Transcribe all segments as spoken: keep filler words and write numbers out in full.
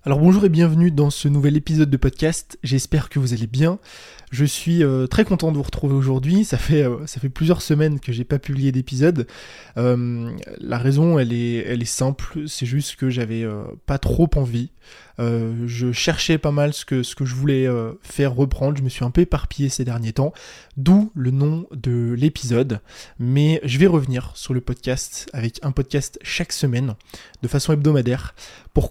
Alors bonjour et bienvenue dans ce nouvel épisode de podcast, j'espère que vous allez bien. Je suis euh, très content de vous retrouver aujourd'hui, ça fait, euh, ça fait plusieurs semaines que j'ai pas publié d'épisode. Euh, la raison elle est, elle est simple, c'est juste que j'avais euh, pas trop envie. Euh, je cherchais pas mal ce que, ce que je voulais euh, faire reprendre, je me suis un peu éparpillé ces derniers temps, d'où le nom de l'épisode. Mais je vais revenir sur le podcast avec un podcast chaque semaine, de façon hebdomadaire. Pourquoi ?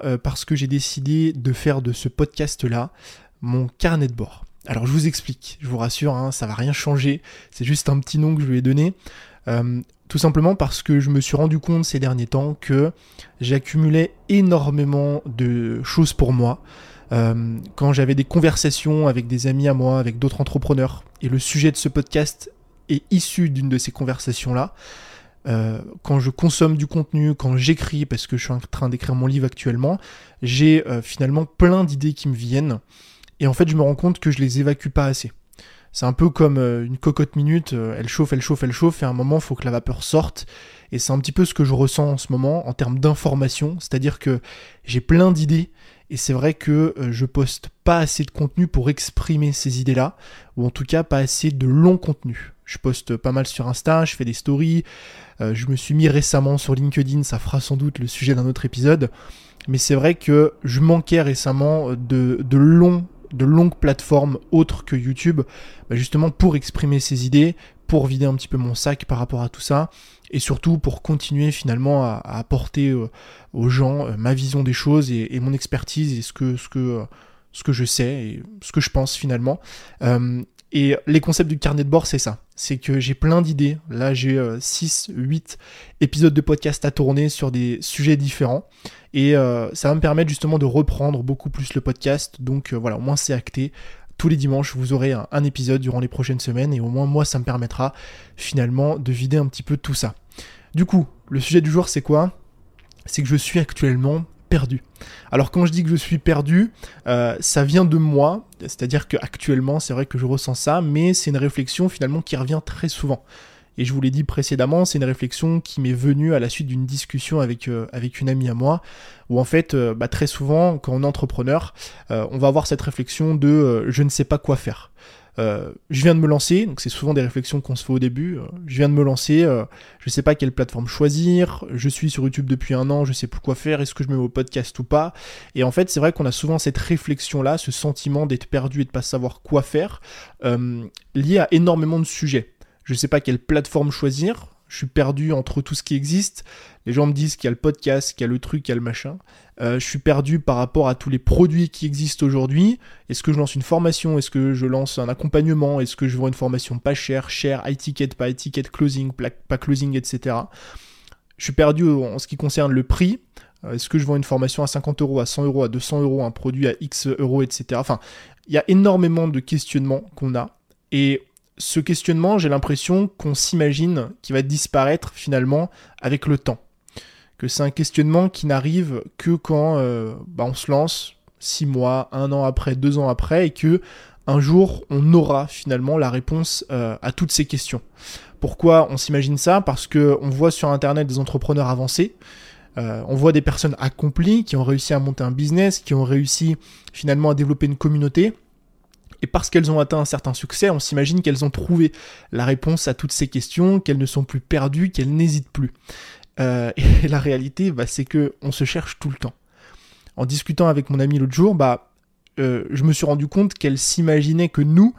Euh, Parce que j'ai décidé de faire de ce podcast-là mon carnet de bord. Alors je vous explique, je vous rassure, hein, ça va rien changer, c'est juste un petit nom que je lui ai donné. Euh, tout simplement parce que je me suis rendu compte ces derniers temps que j'accumulais énormément de choses pour moi. Euh, quand j'avais des conversations avec des amis à moi, avec d'autres entrepreneurs, et le sujet de ce podcast est issu d'une de ces conversations-là, Euh, quand je consomme du contenu, quand j'écris, parce que je suis en train d'écrire mon livre actuellement, j'ai euh, finalement plein d'idées qui me viennent, et en fait je me rends compte que je les évacue pas assez. C'est un peu comme euh, une cocotte minute, euh, elle chauffe, elle chauffe, elle chauffe, et à un moment il faut que la vapeur sorte, et c'est un petit peu ce que je ressens en ce moment en termes d'information, c'est-à-dire que j'ai plein d'idées, et c'est vrai que euh, je poste pas assez de contenu pour exprimer ces idées-là, ou en tout cas pas assez de long contenu. Je poste pas mal sur Insta, je fais des stories, euh, je me suis mis récemment sur LinkedIn, ça fera sans doute le sujet d'un autre épisode, mais c'est vrai que je manquais récemment de, de, longs, de longues plateformes autres que YouTube, bah justement pour exprimer ces idées, pour vider un petit peu mon sac par rapport à tout ça, et surtout pour continuer finalement à, à apporter euh, aux gens euh, ma vision des choses et, et mon expertise et ce que, ce, que, euh, ce que je sais et ce que je pense finalement. Euh, Et les concepts du carnet de bord, c'est ça. C'est que j'ai plein d'idées. Là, j'ai euh, six, huit épisodes de podcast à tourner sur des sujets différents. Et euh, ça va me permettre justement de reprendre beaucoup plus le podcast. Donc euh, voilà, au moins c'est acté. Tous les dimanches, vous aurez un, un épisode durant les prochaines semaines. Et au moins, moi, ça me permettra finalement de vider un petit peu tout ça. Du coup, le sujet du jour, c'est quoi ? C'est que je suis actuellement perdu. Alors quand je dis que je suis perdu, euh, ça vient de moi, c'est-à-dire qu'actuellement c'est vrai que je ressens ça, mais c'est une réflexion finalement qui revient très souvent. Et je vous l'ai dit précédemment, c'est une réflexion qui m'est venue à la suite d'une discussion avec, euh, avec une amie à moi, où en fait, euh, bah, très souvent, quand on est entrepreneur, euh, on va avoir cette réflexion de euh, « je ne sais pas quoi faire ». Euh, je viens de me lancer, donc c'est souvent des réflexions qu'on se fait au début, euh, je viens de me lancer, euh, je sais pas quelle plateforme choisir, je suis sur YouTube depuis un an, je sais plus quoi faire, est-ce que je me mets au podcast ou pas ? Et en fait c'est vrai qu'on a souvent cette réflexion-là, ce sentiment d'être perdu et de pas savoir quoi faire, euh, lié à énormément de sujets. Je sais pas quelle plateforme choisir, je suis perdu entre tout ce qui existe, les gens me disent qu'il y a le podcast, qu'il y a le truc, qu'il y a le machin, euh, je suis perdu par rapport à tous les produits qui existent aujourd'hui, est-ce que je lance une formation, est-ce que je lance un accompagnement, est-ce que je vends une formation pas chère, chère, high ticket, pas high ticket, closing, pas closing, et cetera. Je suis perdu en ce qui concerne le prix, est-ce que je vends une formation à cinquante euros, à cent euros, à deux cents euros, un produit à X euros, et cetera. Enfin, il y a énormément de questionnements qu'on a, et ce questionnement, j'ai l'impression qu'on s'imagine qu'il va disparaître finalement avec le temps. Que c'est un questionnement qui n'arrive que quand euh, bah on se lance, six mois, un an après, deux ans après, et que un jour on aura finalement la réponse euh, à toutes ces questions. Pourquoi on s'imagine ça ? Parce qu'on voit sur internet des entrepreneurs avancés, euh, on voit des personnes accomplies qui ont réussi à monter un business, qui ont réussi finalement à développer une communauté. Et parce qu'elles ont atteint un certain succès, on s'imagine qu'elles ont trouvé la réponse à toutes ces questions, qu'elles ne sont plus perdues, qu'elles n'hésitent plus. Euh, et la réalité, bah, c'est qu'on se cherche tout le temps. En discutant avec mon amie l'autre jour, bah, euh, je me suis rendu compte qu'elle s'imaginait que nous,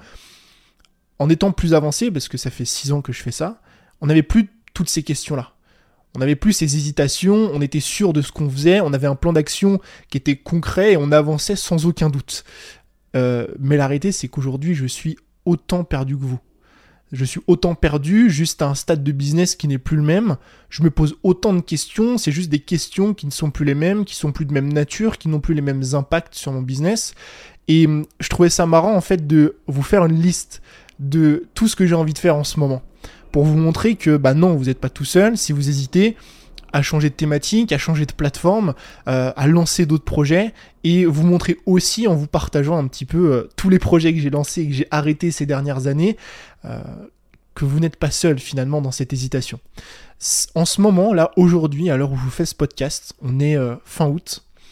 en étant plus avancés, parce que ça fait six ans que je fais ça, on n'avait plus toutes ces questions-là. On n'avait plus ces hésitations, on était sûr de ce qu'on faisait, on avait un plan d'action qui était concret et on avançait sans aucun doute. Euh, mais la réalité, c'est qu'aujourd'hui, je suis autant perdu que vous. Je suis autant perdu, juste à un stade de business qui n'est plus le même. Je me pose autant de questions, c'est juste des questions qui ne sont plus les mêmes, qui sont plus de même nature, qui n'ont plus les mêmes impacts sur mon business. Et je trouvais ça marrant, en fait, de vous faire une liste de tout ce que j'ai envie de faire en ce moment. Pour vous montrer que, bah non, vous n'êtes pas tout seul. Si vous hésitez à changer de thématique, à changer de plateforme, euh, à lancer d'autres projets, et vous montrer aussi en vous partageant un petit peu euh, tous les projets que j'ai lancés et que j'ai arrêtés ces dernières années, euh, que vous n'êtes pas seul finalement dans cette hésitation. En ce moment, là, aujourd'hui, à l'heure où je vous fais ce podcast, on est euh, fin août,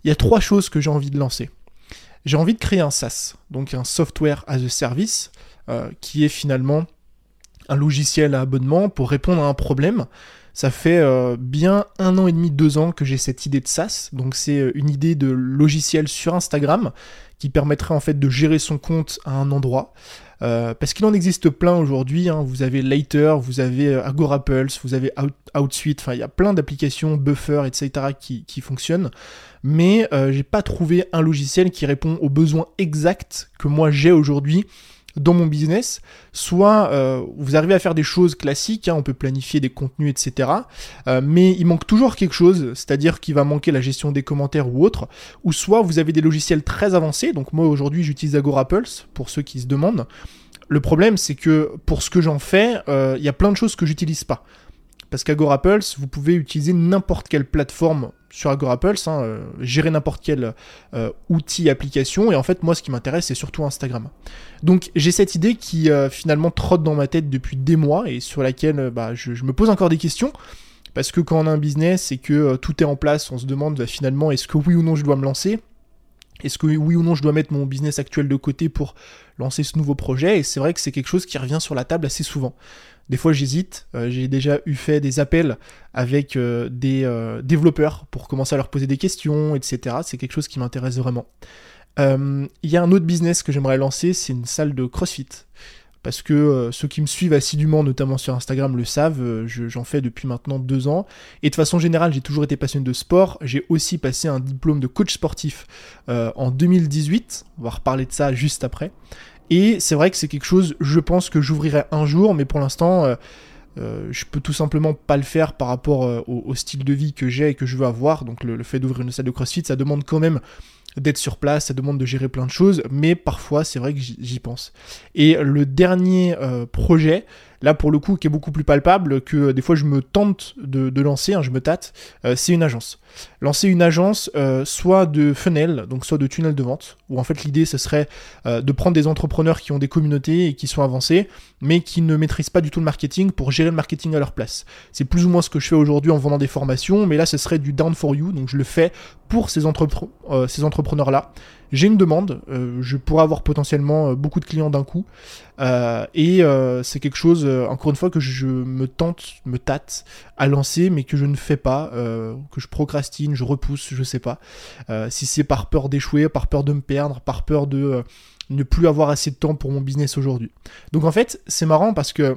il y a trois choses que j'ai envie de lancer. J'ai envie de créer un SaaS, donc un Software as a Service, euh, qui est finalement un logiciel à abonnement pour répondre à un problème. Ça fait euh, bien un an et demi, deux ans que j'ai cette idée de SaaS. Donc c'est une idée de logiciel sur Instagram qui permettrait en fait de gérer son compte à un endroit. Euh, parce qu'il en existe plein aujourd'hui. Hein. Vous avez Later, vous avez Agorapulse, vous avez Out, Outsuite. Enfin, il y a plein d'applications, Buffer, et cetera qui, qui fonctionnent. Mais euh, j'ai pas trouvé un logiciel qui répond aux besoins exacts que moi j'ai aujourd'hui dans mon business. Soit euh, vous arrivez à faire des choses classiques, hein, on peut planifier des contenus, et cetera. Euh, mais il manque toujours quelque chose, c'est-à-dire qu'il va manquer la gestion des commentaires ou autre. Ou soit vous avez des logiciels très avancés. Donc moi aujourd'hui j'utilise Agorapulse pour ceux qui se demandent. Le problème c'est que pour ce que j'en fais, euh, il y a plein de choses que j'utilise pas. Parce qu'Agorapulse, vous pouvez utiliser n'importe quelle plateforme sur Agorapulse, hein, euh, gérer n'importe quel euh, outil, application, et en fait, moi, ce qui m'intéresse, c'est surtout Instagram. Donc, j'ai cette idée qui, euh, finalement, trotte dans ma tête depuis des mois, et sur laquelle euh, bah, je, je me pose encore des questions, parce que quand on a un business et que euh, tout est en place, on se demande, bah, finalement, est-ce que oui ou non je dois me lancer ? Est-ce que oui ou non je dois mettre mon business actuel de côté pour lancer ce nouveau projet ? Et c'est vrai que c'est quelque chose qui revient sur la table assez souvent. Des fois j'hésite, euh, j'ai déjà eu fait des appels avec euh, des euh, développeurs pour commencer à leur poser des questions, et cetera. C'est quelque chose qui m'intéresse vraiment. Il euh, y a un autre business que j'aimerais lancer, c'est une salle de CrossFit. Parce que euh, ceux qui me suivent assidûment, notamment sur Instagram, le savent, euh, je, j'en fais depuis maintenant deux ans. Et de façon générale, j'ai toujours été passionné de sport. J'ai aussi passé un diplôme de coach sportif euh, en deux mille dix-huit. On va reparler de ça juste après. Et c'est vrai que c'est quelque chose, je pense que j'ouvrirai un jour, mais pour l'instant, euh, euh, je peux tout simplement pas le faire par rapport euh, au, au style de vie que j'ai et que je veux avoir. Donc le, le fait d'ouvrir une salle de CrossFit, ça demande quand même d'être sur place, ça demande de gérer plein de choses, mais parfois c'est vrai que j'y, j'y pense. Et le dernier euh, projet, là pour le coup qui est beaucoup plus palpable, que euh, des fois je me tente de, de lancer, hein, je me tâte, euh, c'est une agence. Lancer une agence euh, soit de funnel, donc soit de tunnel de vente, où en fait l'idée ce serait euh, de prendre des entrepreneurs qui ont des communautés et qui sont avancés, mais qui ne maîtrisent pas du tout le marketing pour gérer le marketing à leur place. C'est plus ou moins ce que je fais aujourd'hui en vendant des formations, mais là ce serait du down for you, donc je le fais pour ces, entrepre- euh, ces entrepreneurs-là. J'ai une demande, euh, je pourrais avoir potentiellement euh, beaucoup de clients d'un coup, euh, et euh, c'est quelque chose, euh, encore une fois, que je me tente, me tâte à lancer, mais que je ne fais pas, euh, que je procrastine, je repousse, je sais pas. Euh, si c'est par peur d'échouer, par peur de me perdre, par peur de euh, ne plus avoir assez de temps pour mon business aujourd'hui. Donc en fait, c'est marrant parce que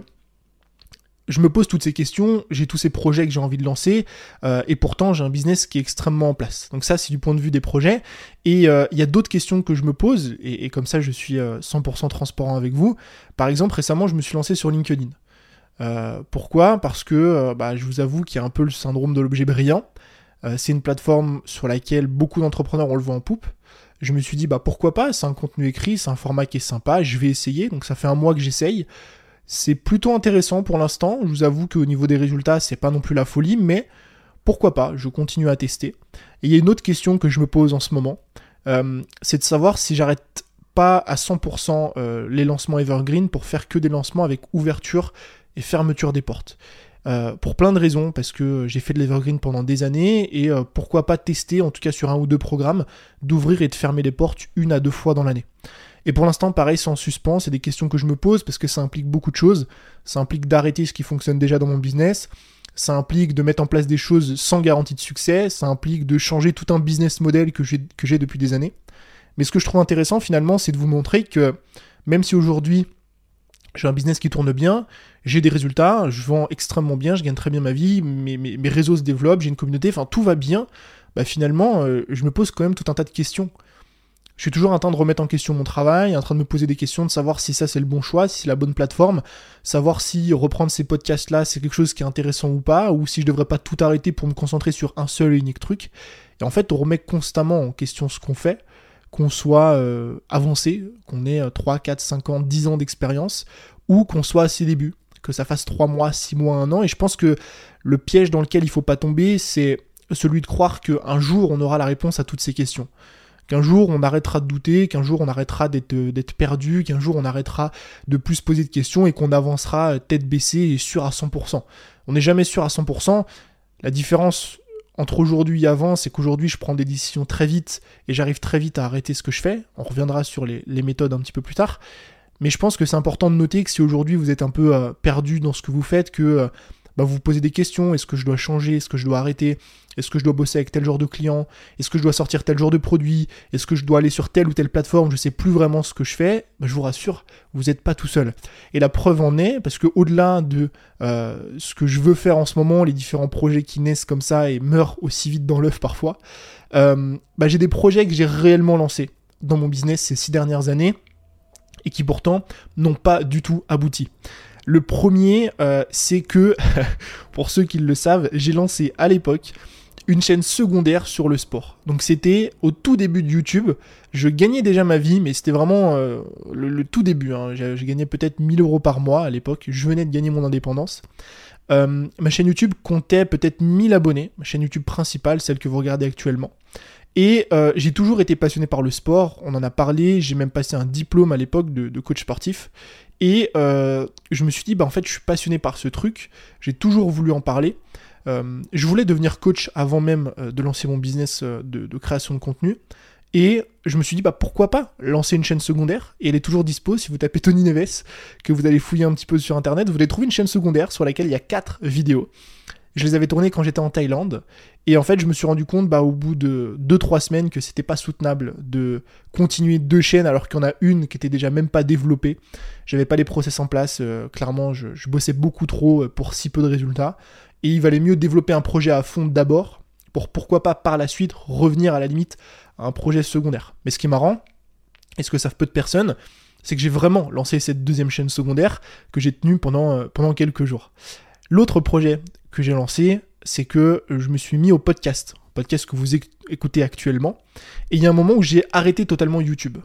je me pose toutes ces questions, j'ai tous ces projets que j'ai envie de lancer, euh, et pourtant j'ai un business qui est extrêmement en place. Donc ça, c'est du point de vue des projets. Et il euh, y a d'autres questions que je me pose, et, et comme ça, je suis euh, cent pour cent transparent avec vous. Par exemple, récemment, je me suis lancé sur LinkedIn. Euh, pourquoi ? Parce que euh, bah, je vous avoue qu'il y a un peu le syndrome de l'objet brillant. Euh, c'est une plateforme sur laquelle beaucoup d'entrepreneurs ont le vent en poupe. Je me suis dit, bah pourquoi pas, c'est un contenu écrit, c'est un format qui est sympa, je vais essayer. Donc ça fait un mois que j'essaye. C'est plutôt intéressant pour l'instant, je vous avoue qu'au niveau des résultats, c'est pas non plus la folie, mais pourquoi pas, je continue à tester. Et il y a une autre question que je me pose en ce moment, euh, c'est de savoir si j'arrête pas à cent pour cent euh, les lancements evergreen pour faire que des lancements avec ouverture et fermeture des portes. Euh, pour plein de raisons, parce que j'ai fait de l'evergreen pendant des années, et euh, pourquoi pas tester, en tout cas sur un ou deux programmes, d'ouvrir et de fermer les portes une à deux fois dans l'année. Et pour l'instant, pareil, c'est en suspens, c'est des questions que je me pose parce que ça implique beaucoup de choses. Ça implique d'arrêter ce qui fonctionne déjà dans mon business, ça implique de mettre en place des choses sans garantie de succès, ça implique de changer tout un business model que j'ai, que j'ai depuis des années. Mais ce que je trouve intéressant finalement, c'est de vous montrer que même si aujourd'hui j'ai un business qui tourne bien, j'ai des résultats, je vends extrêmement bien, je gagne très bien ma vie, mes, mes, mes réseaux se développent, j'ai une communauté, enfin tout va bien, bah finalement, euh, je me pose quand même tout un tas de questions. Je suis toujours en train de remettre en question mon travail, en train de me poser des questions, de savoir si ça c'est le bon choix, si c'est la bonne plateforme, savoir si reprendre ces podcasts-là c'est quelque chose qui est intéressant ou pas, ou si je devrais pas tout arrêter pour me concentrer sur un seul et unique truc. Et en fait, on remet constamment en question ce qu'on fait, qu'on soit euh, avancé, qu'on ait trois, quatre, cinq ans, dix ans d'expérience, ou qu'on soit à ses débuts, que ça fasse trois mois, six mois, un an. Et je pense que le piège dans lequel il faut pas tomber, c'est celui de croire qu'un jour on aura la réponse à toutes ces questions. Qu'un jour on arrêtera de douter, qu'un jour on arrêtera d'être, d'être perdu, qu'un jour on arrêtera de plus se poser de questions et qu'on avancera tête baissée et sûr à cent pour cent. On n'est jamais sûr à cent pour cent. La différence entre aujourd'hui et avant, c'est qu'aujourd'hui, je prends des décisions très vite et j'arrive très vite à arrêter ce que je fais. On reviendra sur les, les méthodes un petit peu plus tard. Mais je pense que c'est important de noter que si aujourd'hui vous êtes un peu euh, perdu dans ce que vous faites, que euh, bah, vous vous posez des questions, est-ce que je dois changer, est-ce que je dois arrêter, est-ce que je dois bosser avec tel genre de client, est-ce que je dois sortir tel genre de produit, est-ce que je dois aller sur telle ou telle plateforme, je sais plus vraiment ce que je fais, bah, je vous rassure, vous n'êtes pas tout seul. Et la preuve en est, parce que au-delà de euh, ce que je veux faire en ce moment, les différents projets qui naissent comme ça et meurent aussi vite dans l'œuf parfois, euh, bah, j'ai des projets que j'ai réellement lancés dans mon business ces six dernières années, et qui pourtant n'ont pas du tout abouti. Le premier, euh, c'est que, pour ceux qui le savent, j'ai lancé à l'époque une chaîne secondaire sur le sport. Donc c'était au tout début de YouTube, je gagnais déjà ma vie, mais c'était vraiment euh, le, le tout début. Hein. J'ai, j'ai gagné peut-être mille euros par mois à l'époque, je venais de gagner mon indépendance. Euh, ma chaîne YouTube comptait peut-être mille abonnés, ma chaîne YouTube principale, celle que vous regardez actuellement. Et euh, j'ai toujours été passionné par le sport, on en a parlé, j'ai même passé un diplôme à l'époque de, de coach sportif. Et euh, je me suis dit, bah en fait, je suis passionné par ce truc, j'ai toujours voulu en parler. Euh, je voulais devenir coach avant même euh, de lancer mon business euh, de, de création de contenu. Et je me suis dit, bah pourquoi pas lancer une chaîne secondaire. Et elle est toujours dispo, si vous tapez Tony Neves, que vous allez fouiller un petit peu sur internet, vous allez trouver une chaîne secondaire sur laquelle il y a quatre vidéos. Je les avais tournées quand j'étais en Thaïlande. Et en fait, je me suis rendu compte bah, au bout de deux trois semaines que c'était pas soutenable de continuer deux chaînes alors qu'il y en a une qui était déjà même pas développée. J'avais pas les process en place. Euh, clairement, je, je bossais beaucoup trop pour si peu de résultats. Et il valait mieux développer un projet à fond d'abord pour pourquoi pas par la suite revenir à la limite à un projet secondaire. Mais ce qui est marrant, et ce que savent peu de personnes, c'est que j'ai vraiment lancé cette deuxième chaîne secondaire que j'ai tenue pendant, euh, pendant quelques jours. L'autre projet que j'ai lancé, c'est que je me suis mis au podcast, podcast que vous écoutez actuellement, et il y a un moment où j'ai arrêté totalement YouTube.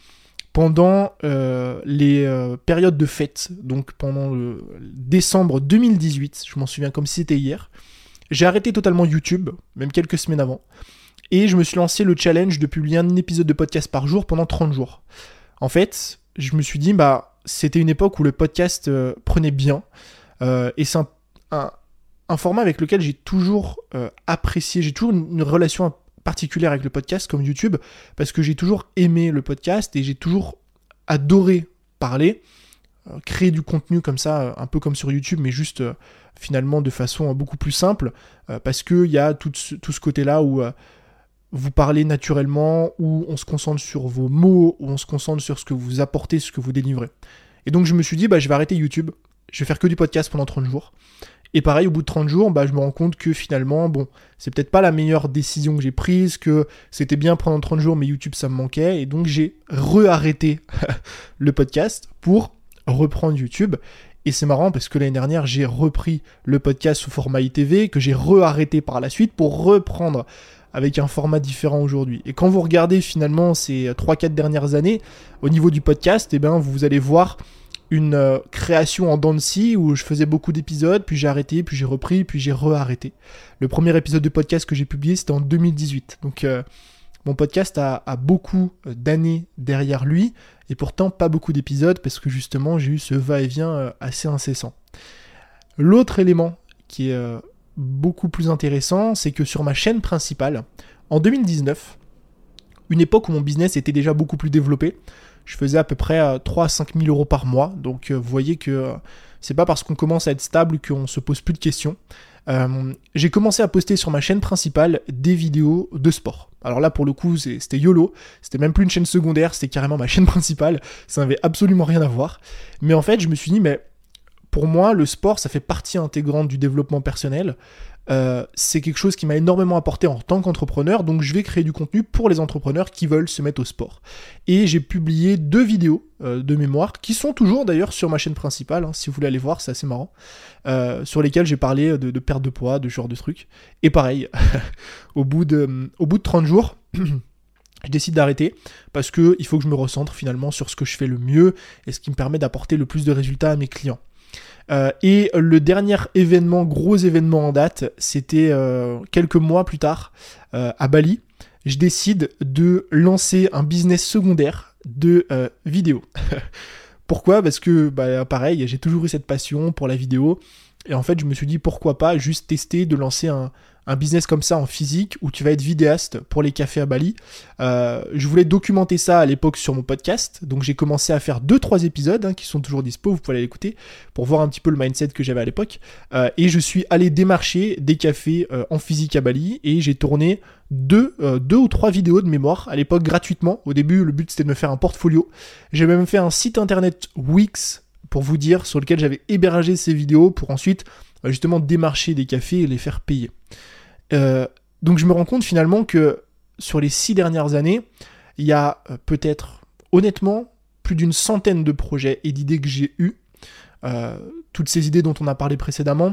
Pendant euh, les euh, périodes de fête, donc pendant le décembre deux mille dix-huit, je m'en souviens comme si c'était hier, j'ai arrêté totalement YouTube, même quelques semaines avant, et je me suis lancé le challenge de publier un épisode de podcast par jour pendant trente jours. En fait, je me suis dit, bah, c'était une époque où le podcast euh, prenait bien, euh, et c'est un, un, un format avec lequel j'ai toujours euh, apprécié, j'ai toujours une, une relation particulière avec le podcast comme YouTube, parce que j'ai toujours aimé le podcast et j'ai toujours adoré parler, euh, créer du contenu comme ça, euh, un peu comme sur YouTube, mais juste euh, finalement de façon euh, beaucoup plus simple, euh, parce qu'il y a tout ce, tout ce côté-là où euh, vous parlez naturellement, où on se concentre sur vos mots, où on se concentre sur ce que vous apportez, ce que vous délivrez. Et donc je me suis dit, bah, je vais arrêter YouTube, je vais faire que du podcast pendant trente jours. Et pareil, au bout de trente jours, bah, je me rends compte que finalement, bon, c'est peut-être pas la meilleure décision que j'ai prise, que c'était bien pendant trente jours, mais YouTube, ça me manquait. Et donc, j'ai re-arrêté le podcast pour reprendre YouTube. Et c'est marrant parce que l'année dernière, j'ai repris le podcast sous format I T V, que j'ai re-arrêté par la suite pour reprendre avec un format différent aujourd'hui. Et quand vous regardez finalement ces trois quatre dernières années, au niveau du podcast, eh ben, vous allez voir une euh, création en dents de scie où je faisais beaucoup d'épisodes, puis j'ai arrêté, puis j'ai repris, puis j'ai re-arrêté. Le premier épisode de podcast que j'ai publié, c'était en deux mille dix-huit. Donc euh, mon podcast a, a beaucoup d'années derrière lui, et pourtant pas beaucoup d'épisodes, parce que justement j'ai eu ce va-et-vient euh, assez incessant. L'autre élément qui est euh, beaucoup plus intéressant, c'est que sur ma chaîne principale, en deux mille dix-neuf, une époque où mon business était déjà beaucoup plus développé, je faisais à peu près trois à cinq mille euros par mois. Donc euh, vous voyez que euh, c'est pas parce qu'on commence à être stable qu'on se pose plus de questions. Euh, j'ai commencé à poster sur ma chaîne principale des vidéos de sport. Alors là pour le coup c'est, c'était YOLO, c'était même plus une chaîne secondaire, c'était carrément ma chaîne principale, ça n'avait absolument rien à voir. Mais en fait je me suis dit, mais pour moi le sport ça fait partie intégrante du développement personnel. Euh, c'est quelque chose qui m'a énormément apporté en tant qu'entrepreneur, donc je vais créer du contenu pour les entrepreneurs qui veulent se mettre au sport. Et j'ai publié deux vidéos euh, de mémoire, qui sont toujours d'ailleurs sur ma chaîne principale, hein, si vous voulez aller voir, c'est assez marrant, euh, sur lesquelles j'ai parlé de, de perte de poids, de ce genre de trucs. Et pareil, au, bout de, au bout de trente jours, je décide d'arrêter, parce qu'il faut que je me recentre finalement sur ce que je fais le mieux, et ce qui me permet d'apporter le plus de résultats à mes clients. Euh, et le dernier événement, gros événement en date, c'était euh, quelques mois plus tard, euh, à Bali. Je décide de lancer un business secondaire de euh, vidéo. Pourquoi ? Parce que, bah, pareil, j'ai toujours eu cette passion pour la vidéo. Et en fait, je me suis dit, pourquoi pas juste tester de lancer un, un business comme ça en physique où tu vas être vidéaste pour les cafés à Bali. Euh, je voulais documenter ça à l'époque sur mon podcast, donc j'ai commencé à faire deux trois épisodes hein, qui sont toujours dispo, vous pouvez aller l'écouter pour voir un petit peu le mindset que j'avais à l'époque. Euh, et je suis allé démarcher des cafés euh, en physique à Bali et j'ai tourné deux, euh, deux ou trois vidéos de mémoire à l'époque gratuitement. Au début, le but c'était de me faire un portfolio. J'ai même fait un site internet Wix pour vous dire, sur lequel j'avais hébergé ces vidéos pour ensuite euh, justement démarcher des cafés et les faire payer. Euh, donc je me rends compte finalement que sur les six dernières années, il y a euh, peut-être honnêtement plus d'une centaine de projets et d'idées que j'ai eues. Euh, toutes ces idées dont on a parlé précédemment,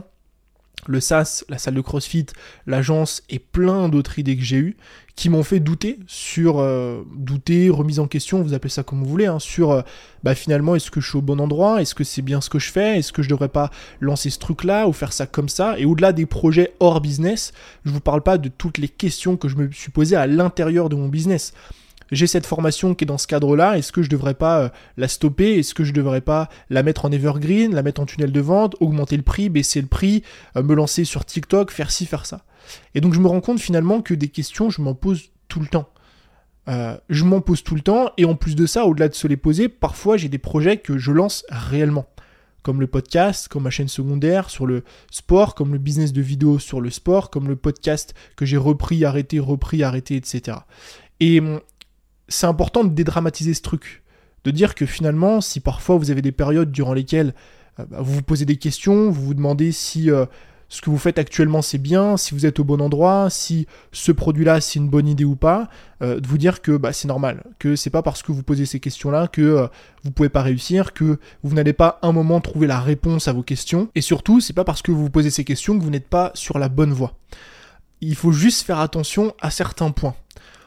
le S A S, la salle de CrossFit, l'agence et plein d'autres idées que j'ai eues qui m'ont fait douter sur, euh, douter, remise en question, vous appelez ça comme vous voulez, hein, sur euh, bah, finalement est-ce que je suis au bon endroit, est-ce que c'est bien ce que je fais, est-ce que je devrais pas lancer ce truc-là ou faire ça comme ça. Et au-delà des projets hors business, je vous parle pas de toutes les questions que je me suis posées à l'intérieur de mon business. J'ai cette formation qui est dans ce cadre-là, est-ce que je devrais pas euh, la stopper, est-ce que je devrais pas la mettre en evergreen, la mettre en tunnel de vente, augmenter le prix, baisser le prix, euh, me lancer sur TikTok, faire ci, faire ça. Et donc je me rends compte finalement que des questions, je m'en pose tout le temps. Euh, je m'en pose tout le temps, et en plus de ça, au-delà de se les poser, parfois j'ai des projets que je lance réellement. Comme le podcast, comme ma chaîne secondaire sur le sport, comme le business de vidéo sur le sport, comme le podcast que j'ai repris, arrêté, repris, arrêté, et cetera. Et c'est important de dédramatiser ce truc, de dire que finalement, si parfois vous avez des périodes durant lesquelles euh, bah, vous vous posez des questions, vous vous demandez si euh, ce que vous faites actuellement c'est bien, si vous êtes au bon endroit, si ce produit-là c'est une bonne idée ou pas, euh, de vous dire que bah, c'est normal, que c'est pas parce que vous posez ces questions-là que euh, vous pouvez pas réussir, que vous n'allez pas un moment trouver la réponse à vos questions, et surtout, c'est pas parce que vous vous posez ces questions que vous n'êtes pas sur la bonne voie. Il faut juste faire attention à certains points. Pourquoi ?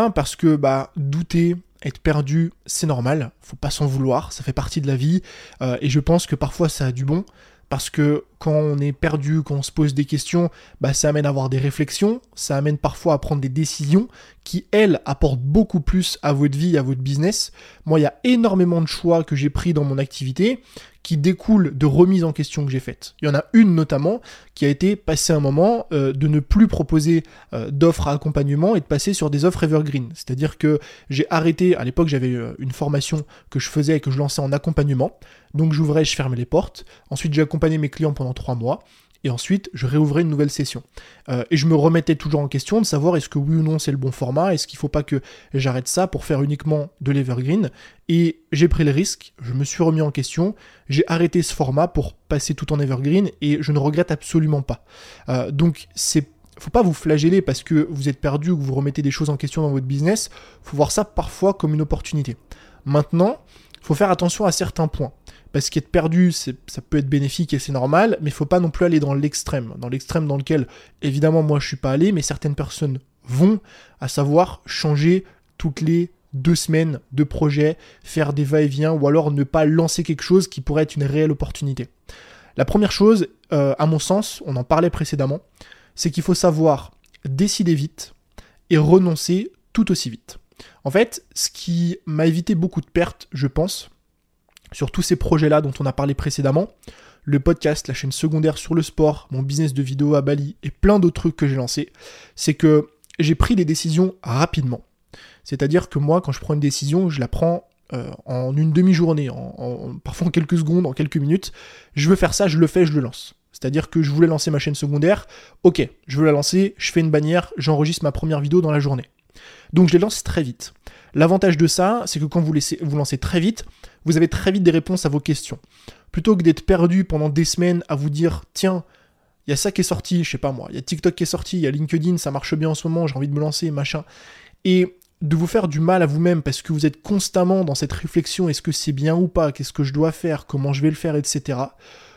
Parce que bah, douter, être perdu, c'est normal, faut pas s'en vouloir, ça fait partie de la vie, euh, et je pense que parfois ça a du bon, parce que quand on est perdu, quand on se pose des questions, bah, ça amène à avoir des réflexions, ça amène parfois à prendre des décisions qui, elles, apportent beaucoup plus à votre vie, à votre business. Moi, il y a énormément de choix que j'ai pris dans mon activité qui découlent de remises en question que j'ai faites. Il y en a une notamment qui a été passer un moment euh, de ne plus proposer euh, d'offres à accompagnement et de passer sur des offres evergreen. C'est-à-dire que j'ai arrêté, à l'époque j'avais euh, une formation que je faisais et que je lançais en accompagnement. Donc j'ouvrais, je fermais les portes. Ensuite j'ai accompagné mes clients pendant trois mois. Et ensuite, je réouvrais une nouvelle session. Euh, et je me remettais toujours en question de savoir est-ce que oui ou non c'est le bon format, est-ce qu'il ne faut pas que j'arrête ça pour faire uniquement de l'evergreen. Et j'ai pris le risque, je me suis remis en question, j'ai arrêté ce format pour passer tout en evergreen et je ne regrette absolument pas. Euh, donc, c'est faut pas vous flageller parce que vous êtes perdu ou que vous remettez des choses en question dans votre business. Faut voir ça parfois comme une opportunité. Maintenant, il faut faire attention à certains points. Parce qu'être perdu, c'est, ça peut être bénéfique et c'est normal, mais il ne faut pas non plus aller dans l'extrême. Dans l'extrême dans lequel, évidemment, moi je ne suis pas allé, mais certaines personnes vont, à savoir changer toutes les deux semaines de projet, faire des va-et-vient, ou alors ne pas lancer quelque chose qui pourrait être une réelle opportunité. La première chose, euh, à mon sens, on en parlait précédemment, c'est qu'il faut savoir décider vite et renoncer tout aussi vite. En fait, ce qui m'a évité beaucoup de pertes, je pense, sur tous ces projets-là dont on a parlé précédemment, le podcast, la chaîne secondaire sur le sport, mon business de vidéo à Bali et plein d'autres trucs que j'ai lancés, c'est que j'ai pris des décisions rapidement. C'est-à-dire que moi, quand je prends une décision, je la prends euh, en une demi-journée, en, en, parfois en quelques secondes, en quelques minutes. Je veux faire ça, je le fais, je le lance. C'est-à-dire que je voulais lancer ma chaîne secondaire, ok, je veux la lancer, je fais une bannière, j'enregistre ma première vidéo dans la journée. Donc je les lance très vite. L'avantage de ça, c'est que quand vous, laissez, vous lancez très vite, vous avez très vite des réponses à vos questions. Plutôt que d'être perdu pendant des semaines à vous dire, tiens, il y a ça qui est sorti, je sais pas moi, il y a TikTok qui est sorti, il y a LinkedIn, ça marche bien en ce moment, j'ai envie de me lancer, machin. Et de vous faire du mal à vous-même parce que vous êtes constamment dans cette réflexion, est-ce que c'est bien ou pas, qu'est-ce que je dois faire, comment je vais le faire, et cetera.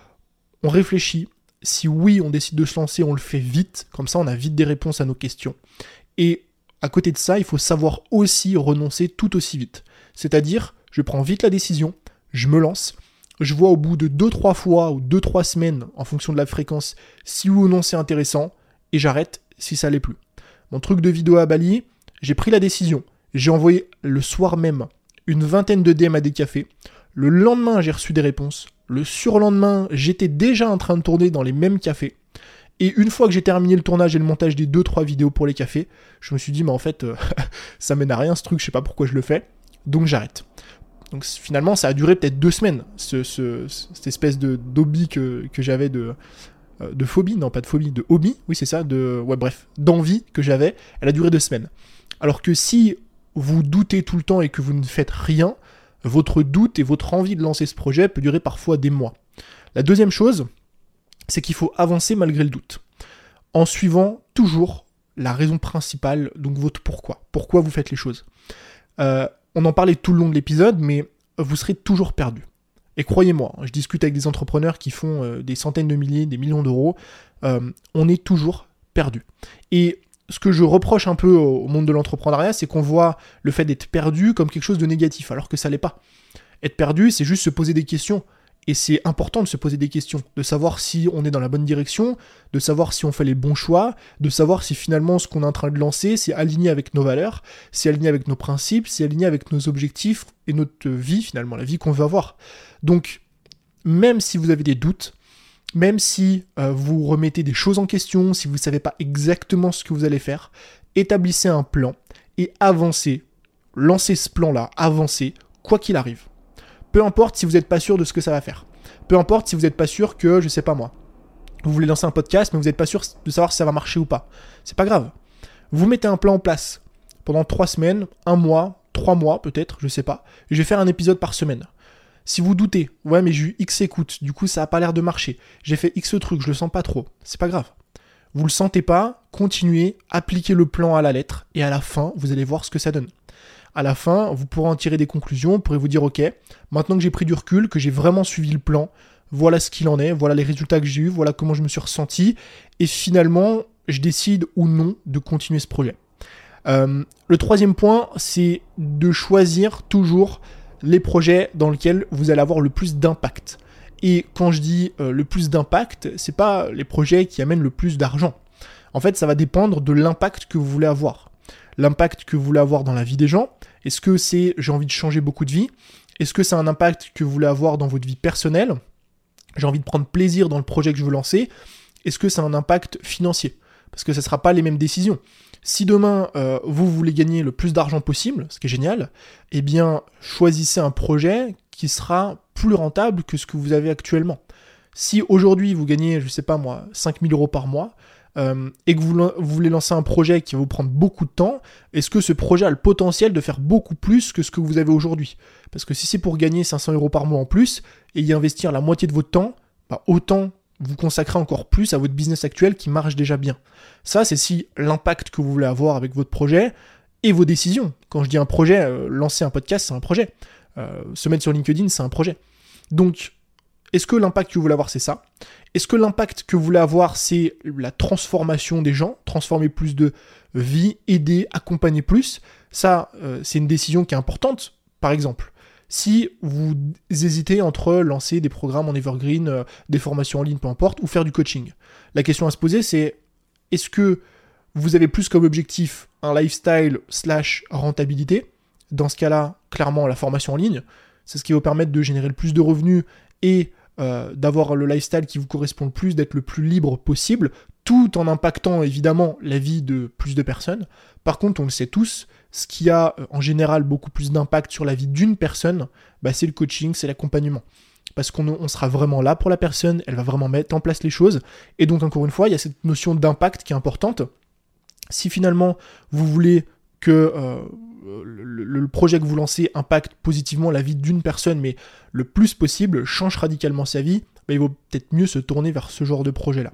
On réfléchit. Si oui, on décide de se lancer, on le fait vite. Comme ça, on a vite des réponses à nos questions. Et à côté de ça, il faut savoir aussi renoncer tout aussi vite. C'est-à-dire, je prends vite la décision, je me lance, je vois au bout de deux trois fois ou deux trois semaines, en fonction de la fréquence, si oui ou non c'est intéressant, et j'arrête si ça l'est plus. Mon truc de vidéo à Bali, j'ai pris la décision, j'ai envoyé le soir même une vingtaine de D M à des cafés, le lendemain j'ai reçu des réponses, le surlendemain j'étais déjà en train de tourner dans les mêmes cafés, Et une fois que j'ai terminé le tournage et le montage des deux trois vidéos pour les cafés, je me suis dit, mais en fait, euh, ça mène à rien ce truc, je sais pas pourquoi je le fais, donc j'arrête. Donc finalement, ça a duré peut-être deux semaines, ce, ce, cette espèce de d'hobby que, que j'avais de, euh, de phobie, non pas de phobie, de hobby, oui c'est ça, de, ouais bref, d'envie que j'avais, elle a duré deux semaines. Alors que si vous doutez tout le temps et que vous ne faites rien, votre doute et votre envie de lancer ce projet peut durer parfois des mois. La deuxième chose, c'est qu'il faut avancer malgré le doute, en suivant toujours la raison principale, donc votre pourquoi. Pourquoi vous faites les choses. Euh, on en parlait tout le long de l'épisode, mais vous serez toujours perdu. Et croyez-moi, je discute avec des entrepreneurs qui font euh, des centaines de milliers, des millions d'euros, euh, on est toujours perdu. Et ce que je reproche un peu au monde de l'entrepreneuriat, c'est qu'on voit le fait d'être perdu comme quelque chose de négatif, alors que ça l'est pas. Être perdu, c'est juste se poser des questions. Et c'est important de se poser des questions, de savoir si on est dans la bonne direction, de savoir si on fait les bons choix, de savoir si finalement ce qu'on est en train de lancer, c'est aligné avec nos valeurs, c'est aligné avec nos principes, c'est aligné avec nos objectifs et notre vie finalement, la vie qu'on veut avoir. Donc, même si vous avez des doutes, même si euh, vous remettez des choses en question, si vous ne savez pas exactement ce que vous allez faire, établissez un plan et avancez, lancez ce plan-là, avancez, quoi qu'il arrive. Peu importe si vous n'êtes pas sûr de ce que ça va faire. Peu importe si vous n'êtes pas sûr que, je sais pas moi, vous voulez lancer un podcast, mais vous n'êtes pas sûr de savoir si ça va marcher ou pas. C'est pas grave. Vous mettez un plan en place pendant trois semaines, un mois, trois mois peut-être, je sais pas. Et je vais faire un épisode par semaine. Si vous doutez, ouais mais j'ai eu X écoutes, du coup ça a pas l'air de marcher. J'ai fait X trucs, je le sens pas trop. C'est pas grave. Vous le sentez pas, continuez, appliquez le plan à la lettre, et à la fin, vous allez voir ce que ça donne. À la fin, vous pourrez en tirer des conclusions, vous pourrez vous dire, ok, maintenant que j'ai pris du recul, que j'ai vraiment suivi le plan, voilà ce qu'il en est, voilà les résultats que j'ai eus, voilà comment je me suis ressenti, et finalement, je décide ou non de continuer ce projet. Euh, le troisième point, c'est de choisir toujours les projets dans lesquels vous allez avoir le plus d'impact. Et quand je dis euh, le plus d'impact, c'est pas les projets qui amènent le plus d'argent. En fait, ça va dépendre de l'impact que vous voulez avoir. L'impact que vous voulez avoir dans la vie des gens. Est-ce que c'est j'ai envie de changer beaucoup de vie ? Est-ce que c'est un impact que vous voulez avoir dans votre vie personnelle ? J'ai envie de prendre plaisir dans le projet que je veux lancer. Est-ce que c'est un impact financier ? Parce que ça ne sera pas les mêmes décisions. Si demain, euh, vous voulez gagner le plus d'argent possible, ce qui est génial, eh bien, choisissez un projet qui sera plus rentable que ce que vous avez actuellement. Si aujourd'hui, vous gagnez, je ne sais pas moi, cinq mille euros par mois, Euh, et que vous, vous voulez lancer un projet qui va vous prendre beaucoup de temps, est-ce que ce projet a le potentiel de faire beaucoup plus que ce que vous avez aujourd'hui ? Parce que si c'est pour gagner cinq cents euros par mois en plus, et y investir la moitié de votre temps, bah autant vous consacrer encore plus à votre business actuel qui marche déjà bien. Ça, c'est si l'impact que vous voulez avoir avec votre projet et vos décisions. Quand je dis un projet, euh, lancer un podcast, c'est un projet. Euh, se mettre sur LinkedIn, c'est un projet. Donc, est-ce que l'impact que vous voulez avoir, c'est ça ? Est-ce que l'impact que vous voulez avoir, c'est la transformation des gens, transformer plus de vie, aider, accompagner plus ? Ça, euh, c'est une décision qui est importante. Par exemple, si vous hésitez entre lancer des programmes en evergreen, euh, des formations en ligne, peu importe, ou faire du coaching, la question à se poser, c'est est-ce que vous avez plus comme objectif un lifestyle slash rentabilité ? Dans ce cas-là, clairement, la formation en ligne, c'est ce qui va vous permettre de générer le plus de revenus et euh, d'avoir le lifestyle qui vous correspond le plus, d'être le plus libre possible, tout en impactant évidemment la vie de plus de personnes. Par contre, on le sait tous, ce qui a en général beaucoup plus d'impact sur la vie d'une personne, bah, c'est le coaching, c'est l'accompagnement. Parce qu'on on sera vraiment là pour la personne, elle va vraiment mettre en place les choses. Et donc, encore une fois, il y a cette notion d'impact qui est importante. Si finalement, vous voulez que euh, le, le projet que vous lancez impacte positivement la vie d'une personne, mais le plus possible, change radicalement sa vie, bah, il vaut peut-être mieux se tourner vers ce genre de projet-là.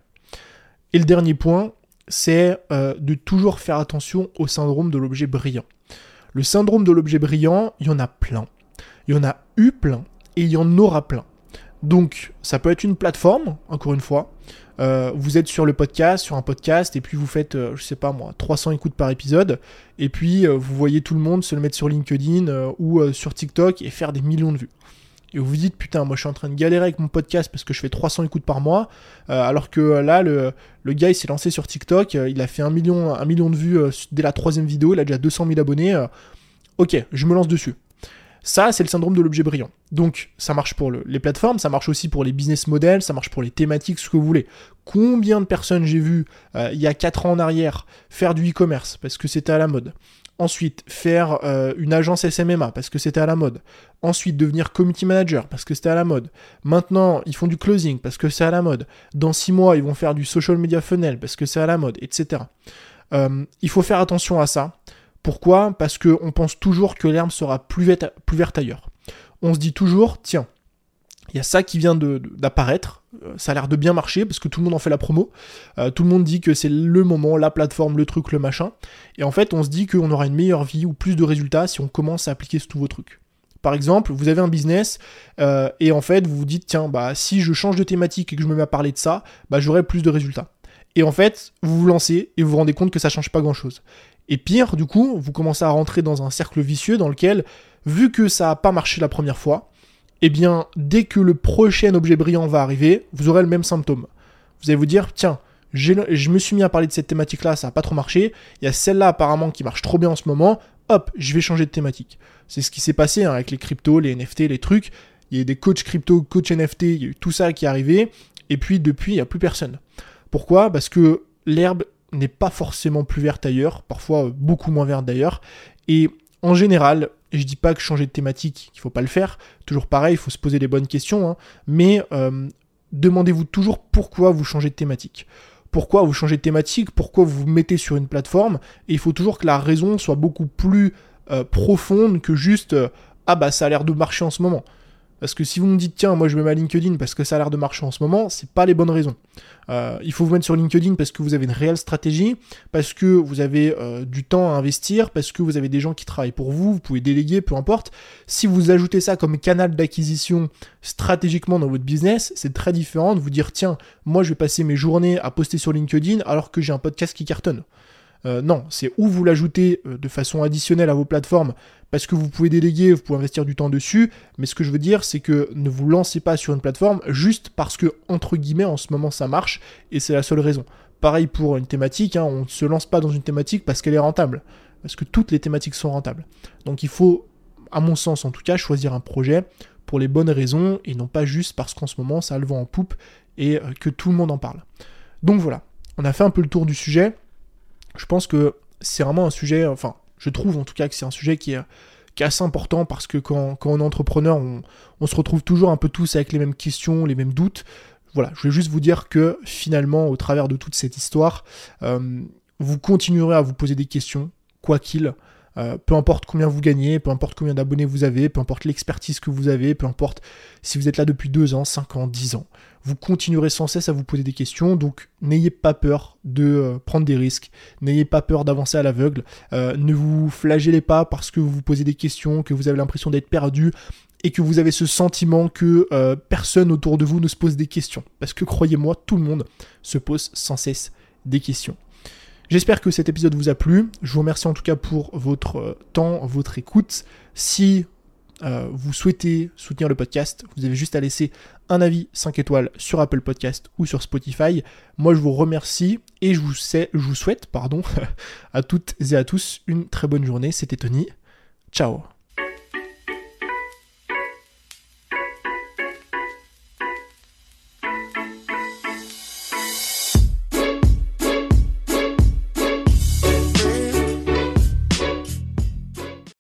Et le dernier point, c'est euh, de toujours faire attention au syndrome de l'objet brillant. Le syndrome de l'objet brillant, il y en a plein. Il y en a eu plein et il y en aura plein. Donc, ça peut être une plateforme, encore une fois. Euh, vous êtes sur le podcast, sur un podcast, et puis vous faites, euh, je sais pas moi, trois cents écoutes par épisode, et puis euh, vous voyez tout le monde se le mettre sur LinkedIn euh, ou euh, sur TikTok et faire des millions de vues. Et vous vous dites, putain, moi je suis en train de galérer avec mon podcast parce que je fais trois cents écoutes par mois, euh, alors que euh, là, le, le gars, il s'est lancé sur TikTok, euh, il a fait un million, un million de vues euh, dès la troisième vidéo, il a déjà deux cent mille abonnés. Euh, ok, je me lance dessus. Ça, c'est le syndrome de l'objet brillant. Donc, ça marche pour le, les plateformes, ça marche aussi pour les business models, ça marche pour les thématiques, ce que vous voulez. Combien de personnes j'ai vu euh, il y a quatre ans en arrière faire du e-commerce parce que c'était à la mode. Ensuite, faire euh, une agence S M M A parce que c'était à la mode. Ensuite, devenir community manager parce que c'était à la mode. Maintenant, ils font du closing parce que c'est à la mode. Dans six mois, ils vont faire du social media funnel parce que c'est à la mode, et cetera. Euh, il faut faire attention à ça. Pourquoi ? Parce qu'on pense toujours que l'herbe sera plus verte, plus verte ailleurs. On se dit toujours, tiens, il y a ça qui vient de, de, d'apparaître, euh, ça a l'air de bien marcher parce que tout le monde en fait la promo, euh, tout le monde dit que c'est le moment, la plateforme, le truc, le machin, et en fait on se dit qu'on aura une meilleure vie ou plus de résultats si on commence à appliquer ce nouveau truc. Par exemple, vous avez un business euh, et en fait vous vous dites, tiens, bah si je change de thématique et que je me mets à parler de ça, bah j'aurai plus de résultats. Et en fait, vous vous lancez et vous vous rendez compte que ça change pas grand-chose. Et pire, du coup, vous commencez à rentrer dans un cercle vicieux dans lequel, vu que ça n'a pas marché la première fois, eh bien, dès que le prochain objet brillant va arriver, vous aurez le même symptôme. Vous allez vous dire, tiens, j'ai, je me suis mis à parler de cette thématique-là, ça n'a pas trop marché, il y a celle-là apparemment qui marche trop bien en ce moment, hop, je vais changer de thématique. C'est ce qui s'est passé hein, avec les cryptos, les N F T, les trucs. Il y a eu des coachs crypto, coachs N F T, il y a eu tout ça qui est arrivé, et puis depuis, il n'y a plus personne. Pourquoi ? Parce que l'herbe n'est pas forcément plus verte ailleurs, parfois beaucoup moins verte d'ailleurs, et en général, et je dis pas que changer de thématique, il faut pas le faire, toujours pareil, il faut se poser les bonnes questions, hein, mais euh, demandez-vous toujours pourquoi vous changez de thématique. Pourquoi vous changez de thématique, pourquoi vous vous mettez sur une plateforme, et il faut toujours que la raison soit beaucoup plus euh, profonde que juste euh, « Ah bah ça a l'air de marcher en ce moment ». Parce que si vous me dites, tiens, moi je me mets à LinkedIn parce que ça a l'air de marcher en ce moment, c'est pas les bonnes raisons. Euh, il faut vous mettre sur LinkedIn parce que vous avez une réelle stratégie, parce que vous avez euh, du temps à investir, parce que vous avez des gens qui travaillent pour vous, vous pouvez déléguer, peu importe. Si vous ajoutez ça comme canal d'acquisition stratégiquement dans votre business, c'est très différent de vous dire, tiens, moi je vais passer mes journées à poster sur LinkedIn alors que j'ai un podcast qui cartonne. Euh, non, c'est où vous l'ajoutez euh, de façon additionnelle à vos plateformes parce que vous pouvez déléguer, vous pouvez investir du temps dessus, mais ce que je veux dire, c'est que ne vous lancez pas sur une plateforme juste parce que, entre guillemets, en ce moment ça marche et c'est la seule raison. Pareil pour une thématique, hein, on ne se lance pas dans une thématique parce qu'elle est rentable, parce que toutes les thématiques sont rentables. Donc il faut, à mon sens en tout cas, choisir un projet pour les bonnes raisons et non pas juste parce qu'en ce moment ça a le vent en poupe et euh, que tout le monde en parle. Donc voilà, on a fait un peu le tour du sujet. Je pense que c'est vraiment un sujet, enfin, je trouve en tout cas que c'est un sujet qui est, qui est assez important parce que quand, quand on est entrepreneur, on, on se retrouve toujours un peu tous avec les mêmes questions, les mêmes doutes. Voilà, je voulais juste vous dire que finalement, au travers de toute cette histoire, euh, vous continuerez à vous poser des questions, quoi qu'il. Euh, peu importe combien vous gagnez, peu importe combien d'abonnés vous avez, peu importe l'expertise que vous avez, peu importe si vous êtes là depuis deux ans, cinq ans, dix ans. Vous continuerez sans cesse à vous poser des questions, donc n'ayez pas peur de euh, prendre des risques, n'ayez pas peur d'avancer à l'aveugle, euh, ne vous flagellez pas parce que vous vous posez des questions, que vous avez l'impression d'être perdu et que vous avez ce sentiment que euh, personne autour de vous ne se pose des questions. Parce que croyez-moi, tout le monde se pose sans cesse des questions. J'espère que cet épisode vous a plu. Je vous remercie en tout cas pour votre temps, votre écoute. Si euh, vous souhaitez soutenir le podcast, vous avez juste à laisser un avis cinq étoiles sur Apple Podcast ou sur Spotify. Moi, je vous remercie et je vous, sais, je vous souhaite pardon, à toutes et à tous une très bonne journée. C'était Tony. Ciao.